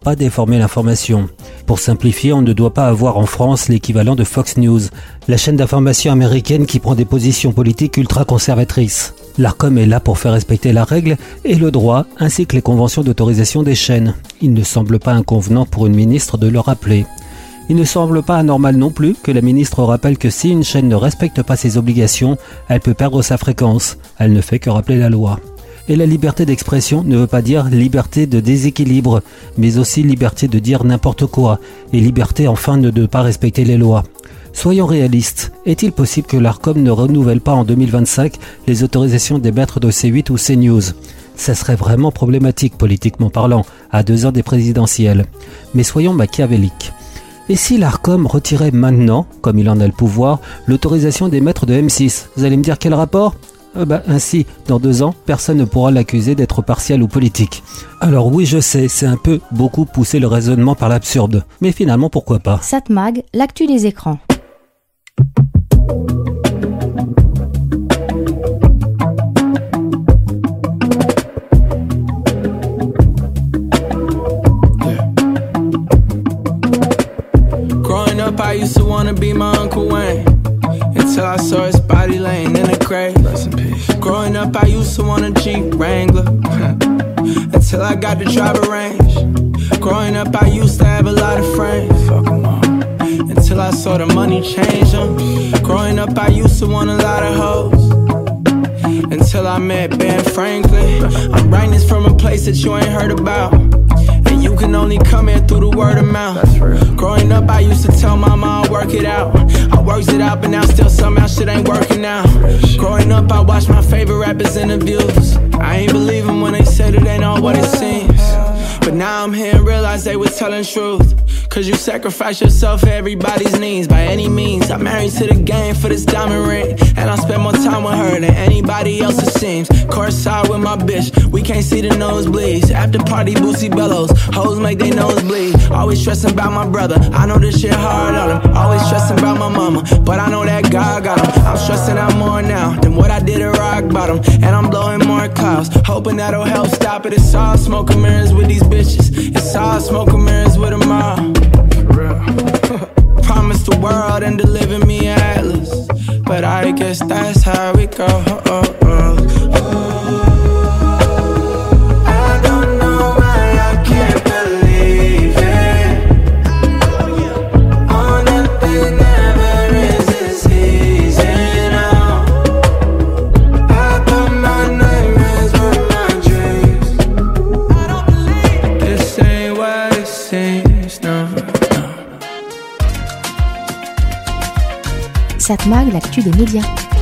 pas déformer l'information. Pour simplifier, on ne doit pas avoir en France l'équivalent de Fox News, la chaîne d'information américaine qui prend des positions politiques ultra-conservatrices. L'Arcom est là pour faire respecter la règle et le droit, ainsi que les conventions d'autorisation des chaînes. Il ne semble pas inconvenant pour une ministre de le rappeler. Il ne semble pas anormal non plus que la ministre rappelle que si une chaîne ne respecte pas ses obligations, elle peut perdre sa fréquence. Elle ne fait que rappeler la loi. Et la liberté d'expression ne veut pas dire liberté de déséquilibre, mais aussi liberté de dire n'importe quoi, et liberté enfin de ne pas respecter les lois. Soyons réalistes, est-il possible que l'Arcom ne renouvelle pas en deux mille vingt-cinq les autorisations d'émettre de C huit ou CNews ? Ça serait vraiment problématique politiquement parlant, à deux ans des présidentielles. Mais soyons machiavéliques. Et si l'Arcom retirait maintenant, comme il en a le pouvoir, l'autorisation d'émettre de M six ? Vous allez me dire quel rapport ? Euh bah, ainsi, dans deux ans, personne ne pourra l'accuser d'être partial ou politique. Alors oui, je sais, c'est un peu beaucoup pousser le raisonnement par l'absurde. Mais finalement, pourquoi pas ? Satmag, l'actu des écrans. Growing up, I used to wanna be my Uncle Wayne. Until I saw his body laying in a grave. Growing up, I used to want a Jeep Wrangler. Until I got to drive a range. Growing up, I used to have a lot of friends. Fuck 'em all. Until I saw the money change them. Growing up, I used to want a lot of hoes. Until I met Ben Franklin. I'm writing this from a place that you ain't heard about. And you can only come here through the word of mouth. Growing up, I used to tell mama I'll work it out. I worked it out, but now still somehow shit ain't working out. Growing up, I watched my favorite rappers' interviews. I ain't believe them when they said it ain't all what it seems. But now I'm here and realize they was telling truth. Cause you sacrifice yourself for everybody's needs. By any means, I'm married to the game for this diamond ring. And I spend more time with her than anybody else it seems. Courtside with my bitch, we can't see the nosebleeds. After party, Boosie bellows, hoes make they nose bleed. Always stressing about my brother, I know this shit hard on him. Always stressing about my mama, but I know that God got him. I'm stressing out more now than what I did at rock bottom. And I'm blowing more clouds, hoping that'll help stop it. It's all smoke and mirrors with these bitches. It's all smoke and mirrors with them all. Promise the world and deliver me an atlas, but I guess that's how it goes. I don't know why I can't believe it. Oh, nothing ever is as easy now. I thought my nightmares were my dreams. I don't believe this ain't what it seems, no. Satmag, l'actu des médias.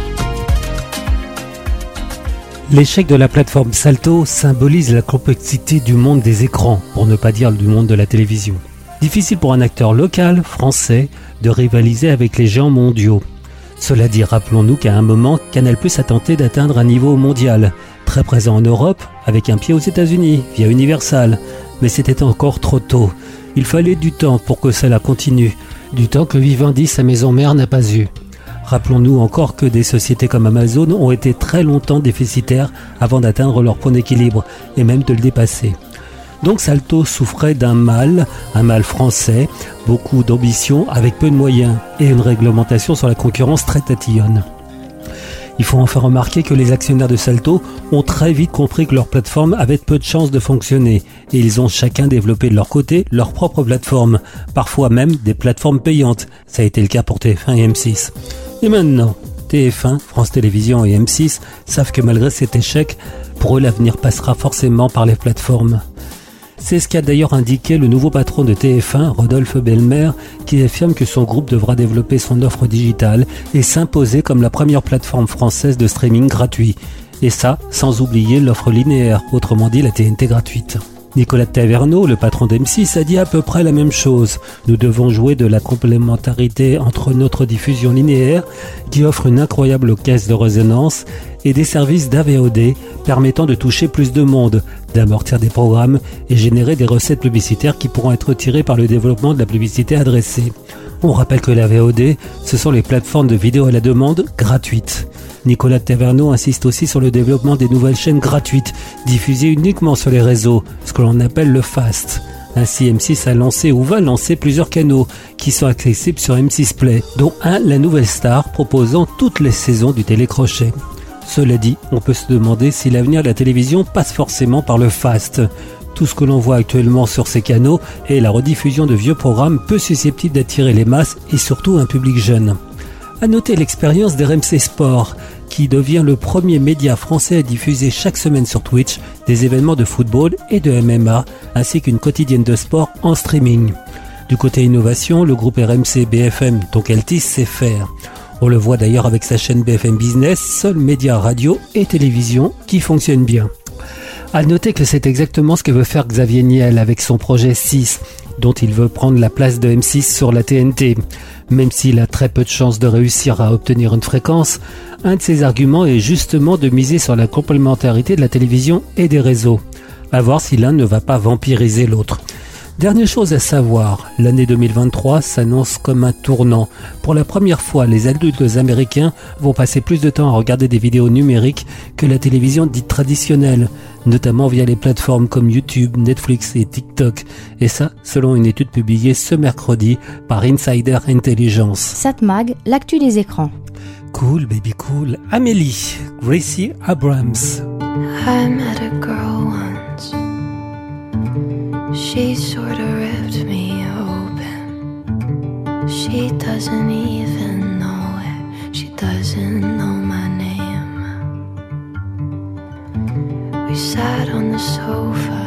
L'échec de la plateforme Salto symbolise la complexité du monde des écrans, pour ne pas dire du monde de la télévision. Difficile pour un acteur local, français, de rivaliser avec les géants mondiaux. Cela dit, rappelons-nous qu'à un moment, Canal+ a tenté d'atteindre un niveau mondial, très présent en Europe, avec un pied aux États-Unis, via Universal. Mais c'était encore trop tôt. Il fallait du temps pour que cela continue, du temps que Vivendi, sa maison mère, n'a pas eu. Rappelons-nous encore que des sociétés comme Amazon ont été très longtemps déficitaires avant d'atteindre leur point d'équilibre, et même de le dépasser. Donc Salto souffrait d'un mal, un mal français, beaucoup d'ambition avec peu de moyens, et une réglementation sur la concurrence très tatillonne. Il faut enfin remarquer que les actionnaires de Salto ont très vite compris que leur plateforme avait peu de chances de fonctionner, et ils ont chacun développé de leur côté leur propre plateforme, parfois même des plateformes payantes. Ça a été le cas pour T F un et M six. Et maintenant, T F un, France Télévisions et M six savent que malgré cet échec, pour eux l'avenir passera forcément par les plateformes. C'est ce qu'a d'ailleurs indiqué le nouveau patron de T F un, Rodolphe Belmer, qui affirme que son groupe devra développer son offre digitale et s'imposer comme la première plateforme française de streaming gratuit. Et ça, sans oublier l'offre linéaire, autrement dit la T N T gratuite. Nicolas Taverneau, le patron d'M six, a dit à peu près la même chose. Nous devons jouer de la complémentarité entre notre diffusion linéaire, qui offre une incroyable caisse de résonance, et des services d'A V O D permettant de toucher plus de monde, d'amortir des programmes et générer des recettes publicitaires qui pourront être tirées par le développement de la publicité adressée. On rappelle que la V O D, ce sont les plateformes de vidéo à la demande gratuites. Nicolas Taverneau insiste aussi sur le développement des nouvelles chaînes gratuites, diffusées uniquement sur les réseaux, ce que l'on appelle le FAST. Ainsi, M six a lancé ou va lancer plusieurs canaux qui sont accessibles sur M six Play, dont un La Nouvelle Star proposant toutes les saisons du télécrochet. Cela dit, on peut se demander si l'avenir de la télévision passe forcément par le fast. Tout ce que l'on voit actuellement sur ces canaux est la rediffusion de vieux programmes peu susceptibles d'attirer les masses et surtout un public jeune. À noter l'expérience d'R M C Sport, qui devient le premier média français à diffuser chaque semaine sur Twitch des événements de football et de M M A, ainsi qu'une quotidienne de sport en streaming. Du côté innovation, le groupe R M C B F M, donc Altis, sait faire. On le voit d'ailleurs avec sa chaîne B F M Business, seul média radio et télévision qui fonctionne bien. À noter que c'est exactement ce que veut faire Xavier Niel avec son projet six, dont il veut prendre la place de M six sur la T N T. Même s'il a très peu de chances de réussir à obtenir une fréquence, un de ses arguments est justement de miser sur la complémentarité de la télévision et des réseaux. À voir si l'un ne va pas vampiriser l'autre. Dernière chose à savoir, l'année deux mille vingt-trois s'annonce comme un tournant. Pour la première fois, les adultes américains vont passer plus de temps à regarder des vidéos numériques que la télévision dite traditionnelle, notamment via les plateformes comme YouTube, Netflix et TikTok. Et ça, selon une étude publiée ce mercredi par Insider Intelligence. Satmag, l'actu des écrans. Cool, baby cool. Amélie, Gracie Abrams. I met a girl once. She sort of ripped me open. She doesn't even know it. She doesn't know my name. We sat on the sofa.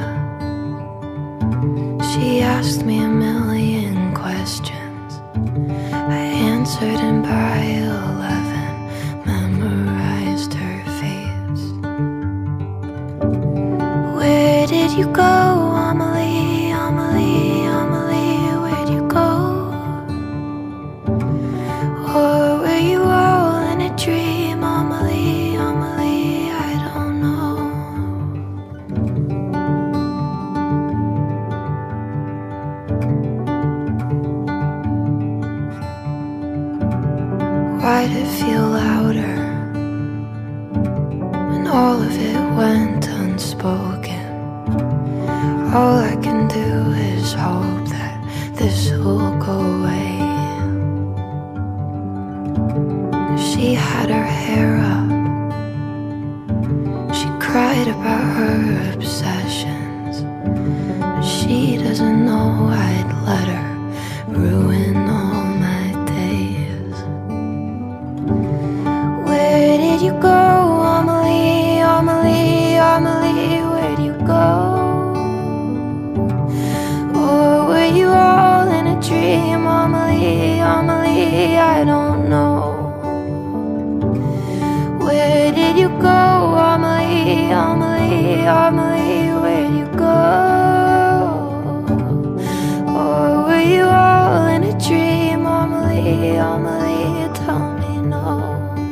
She asked me a million questions. I answered and by eleven memorized her face. Where did you go, Amelie, Amelie, Amelie, where'd you go? Or were you all in a dream, Amelie, Amelie, I don't know. Why'd it feel louder when all of it went unspoken? All I can do is hope that this will go away. She had her hair up. She cried about her obsessions. She doesn't know I'd let her ruin all my days. Where did you go, Amelie, Amelie, Amelie, where'd you go? Or were you all in a dream, Amelie, Amelie, I don't know. Where did you go, Amelie, Amelie, Amelie, where'd you go? Or were you all in a dream, Amelie, Amelie, tell me no.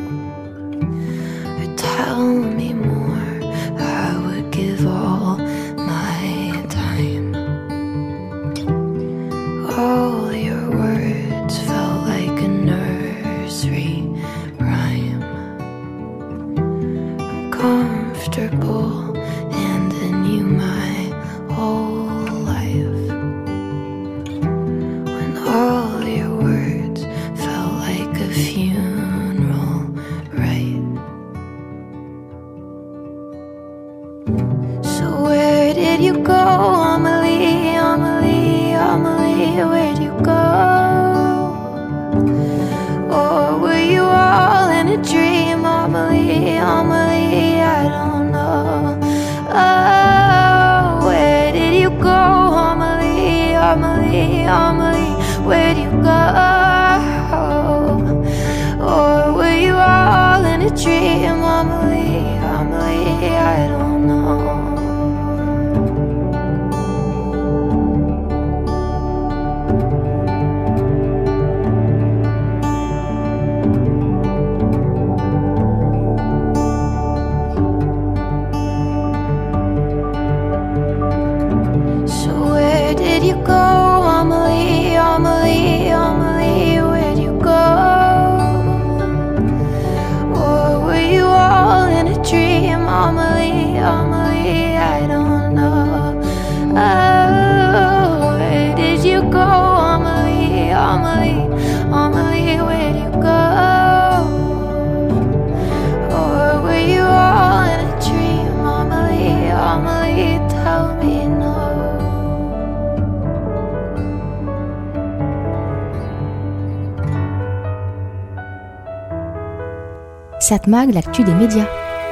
Or tell me more, I would give all my time. All your words felt like a nursery rhyme. I'm comfortable handing you my whole life. When all your words felt like a funeral rite. So where did you go, Amelie, Amelie, Amelie, where'd you go? Or were you all in a dream, Amelie, Amelie, I don't know. Oh, where did you go, Amelie, Amelie, Amelie, where'd you go? Or were you all in a dream, Amelie, Amelie, I don't know. Amelie, I don't know. Oh. Satmag, l'actu des médias.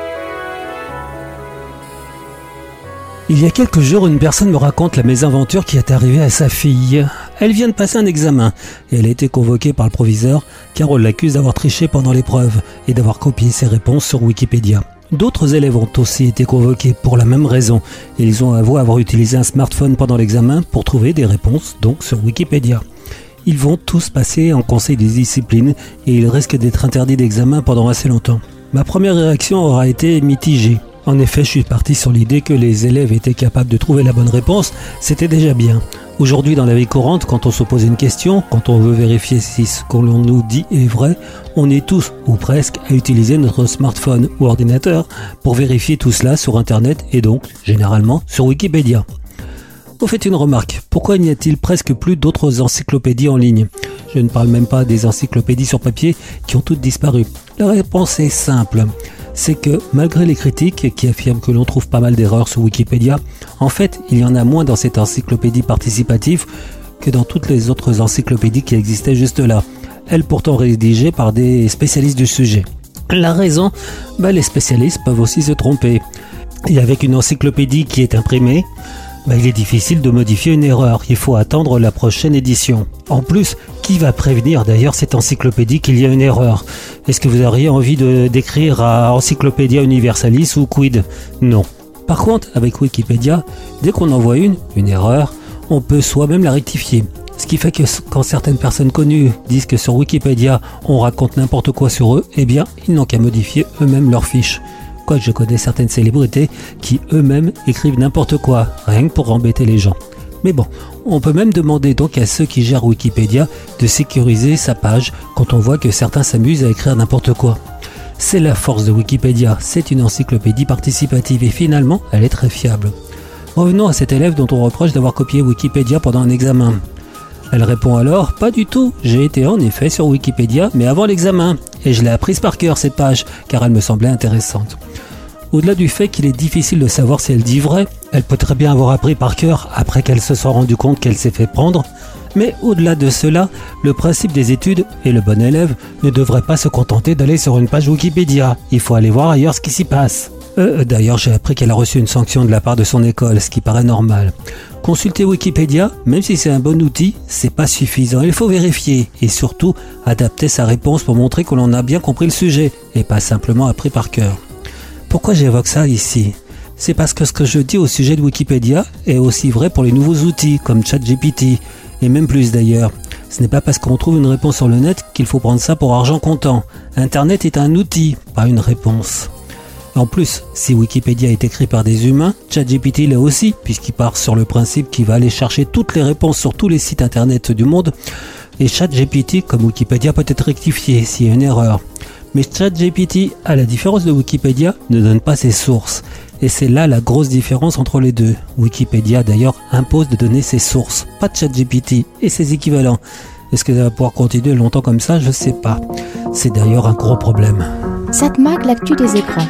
Il y a quelques jours, une personne me raconte la mésaventure qui est arrivée à sa fille. Elle vient de passer un examen et elle a été convoquée par le proviseur car on l'accuse d'avoir triché pendant l'épreuve et d'avoir copié ses réponses sur Wikipédia. D'autres élèves ont aussi été convoqués pour la même raison et ils ont avoué avoir utilisé un smartphone pendant l'examen pour trouver des réponses, donc sur Wikipédia. Ils vont tous passer en conseil de discipline et ils risquent d'être interdits d'examen pendant assez longtemps. Ma première réaction aura été mitigée. En effet, je suis parti sur l'idée que les élèves étaient capables de trouver la bonne réponse, c'était déjà bien. Aujourd'hui, dans la vie courante, quand on se pose une question, quand on veut vérifier si ce qu'on nous dit est vrai, on est tous, ou presque, à utiliser notre smartphone ou ordinateur pour vérifier tout cela sur Internet et donc, généralement, sur Wikipédia. Vous faites une remarque, pourquoi n'y a-t-il presque plus d'autres encyclopédies en ligne ? Je ne parle même pas des encyclopédies sur papier qui ont toutes disparu. La réponse est simple. C'est que malgré les critiques qui affirment que l'on trouve pas mal d'erreurs sur Wikipédia, en fait, il y en a moins dans cette encyclopédie participative que dans toutes les autres encyclopédies qui existaient juste là. Elles pourtant rédigées par des spécialistes du sujet. La raison, bah, les spécialistes peuvent aussi se tromper. Et avec une encyclopédie qui est imprimée, bah, il est difficile de modifier une erreur. Il faut attendre la prochaine édition. En plus, qui va prévenir d'ailleurs cette encyclopédie qu'il y a une erreur ? Est-ce que vous auriez envie de d'écrire à Encyclopédia Universalis ou Quid ? Non. Par contre, avec Wikipédia, dès qu'on en voit une, une erreur, on peut soi-même la rectifier. Ce qui fait que quand certaines personnes connues disent que sur Wikipédia, on raconte n'importe quoi sur eux, eh bien, ils n'ont qu'à modifier eux-mêmes leurs fiches. Quoique je connais certaines célébrités qui eux-mêmes écrivent n'importe quoi, rien que pour embêter les gens. Mais bon, on peut même demander donc à ceux qui gèrent Wikipédia de sécuriser sa page quand on voit que certains s'amusent à écrire n'importe quoi. C'est la force de Wikipédia, c'est une encyclopédie participative et finalement, elle est très fiable. Revenons à cet élève dont on reproche d'avoir copié Wikipédia pendant un examen. Elle répond alors « Pas du tout, j'ai été en effet sur Wikipédia, mais avant l'examen, et je l'ai apprise par cœur cette page, car elle me semblait intéressante. » Au-delà du fait qu'il est difficile de savoir si elle dit vrai, elle peut très bien avoir appris par cœur après qu'elle se soit rendue compte qu'elle s'est fait prendre. Mais au-delà de cela, le principe des études et le bon élève ne devrait pas se contenter d'aller sur une page Wikipédia. Il faut aller voir ailleurs ce qui s'y passe. Euh, d'ailleurs, j'ai appris qu'elle a reçu une sanction de la part de son école, ce qui paraît normal. Consulter Wikipédia, même si c'est un bon outil, c'est pas suffisant. Il faut vérifier et surtout adapter sa réponse pour montrer que l'on a bien compris le sujet et pas simplement appris par cœur. Pourquoi j'évoque ça ici ? C'est parce que ce que je dis au sujet de Wikipédia est aussi vrai pour les nouveaux outils comme ChatGPT, et même plus d'ailleurs. Ce n'est pas parce qu'on trouve une réponse sur le net qu'il faut prendre ça pour argent comptant. Internet est un outil, pas une réponse. En plus, si Wikipédia est écrit par des humains, ChatGPT l'est aussi, puisqu'il part sur le principe qu'il va aller chercher toutes les réponses sur tous les sites internet du monde, et ChatGPT, comme Wikipédia, peut être rectifié s'il y a une erreur. Mais ChatGPT, à la différence de Wikipédia, ne donne pas ses sources. Et c'est là la grosse différence entre les deux. Wikipédia d'ailleurs impose de donner ses sources, pas ChatGPT et ses équivalents. Est-ce que ça va pouvoir continuer longtemps comme ça ? Je sais pas. C'est d'ailleurs un gros problème. Satmag, l'actu des écrans.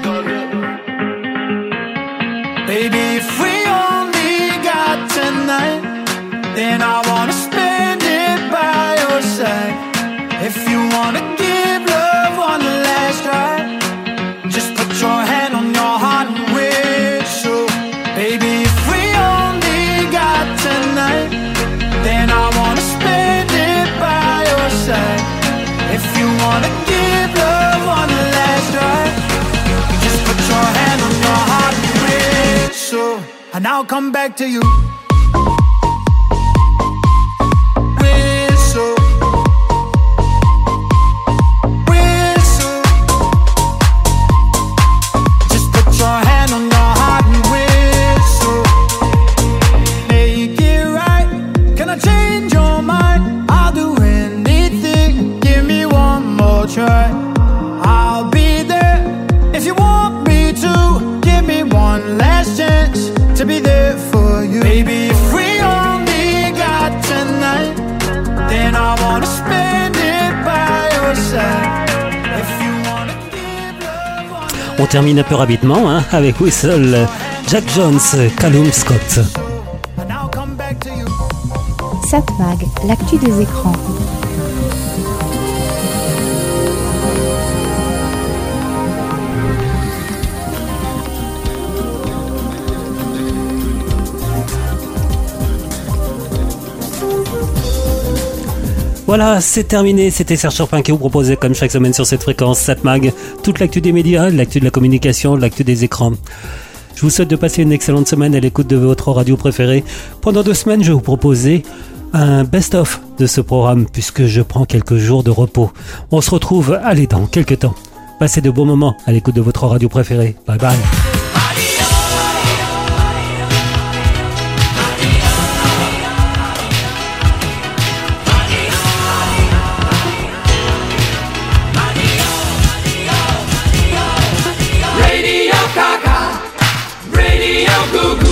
Baby, if we only got tonight, then I wanna spend it by your side. If you wanna give love one last try, just put your hand on your heart and whistle. Baby, if we only got tonight, then I wanna spend it by your side. If you wanna give love one last try, just put your hand on your heart and whistle, and I'll come back to you. I'll be there if you want me to. Give me one last chance to be there for you. Baby, if we only got tonight, then I wanna spend it by your side. If you wanna give love. On termine un peu rapidement hein, avec Whistle, Jack Jones, Callum Scott. Satmag, l'actu des écrans. Voilà, c'est terminé. C'était Serge Surpin qui vous proposait comme chaque semaine sur cette fréquence Satmag toute l'actu des médias, l'actu de la communication, l'actu des écrans. Je vous souhaite de passer une excellente semaine à l'écoute de votre radio préférée. Pendant deux semaines, je vais vous proposer un best-of de ce programme puisque je prends quelques jours de repos. On se retrouve, allez, dans quelques temps. Passez de bons moments à l'écoute de votre radio préférée. Bye bye. Radio Gaga, Radio Goo Goo.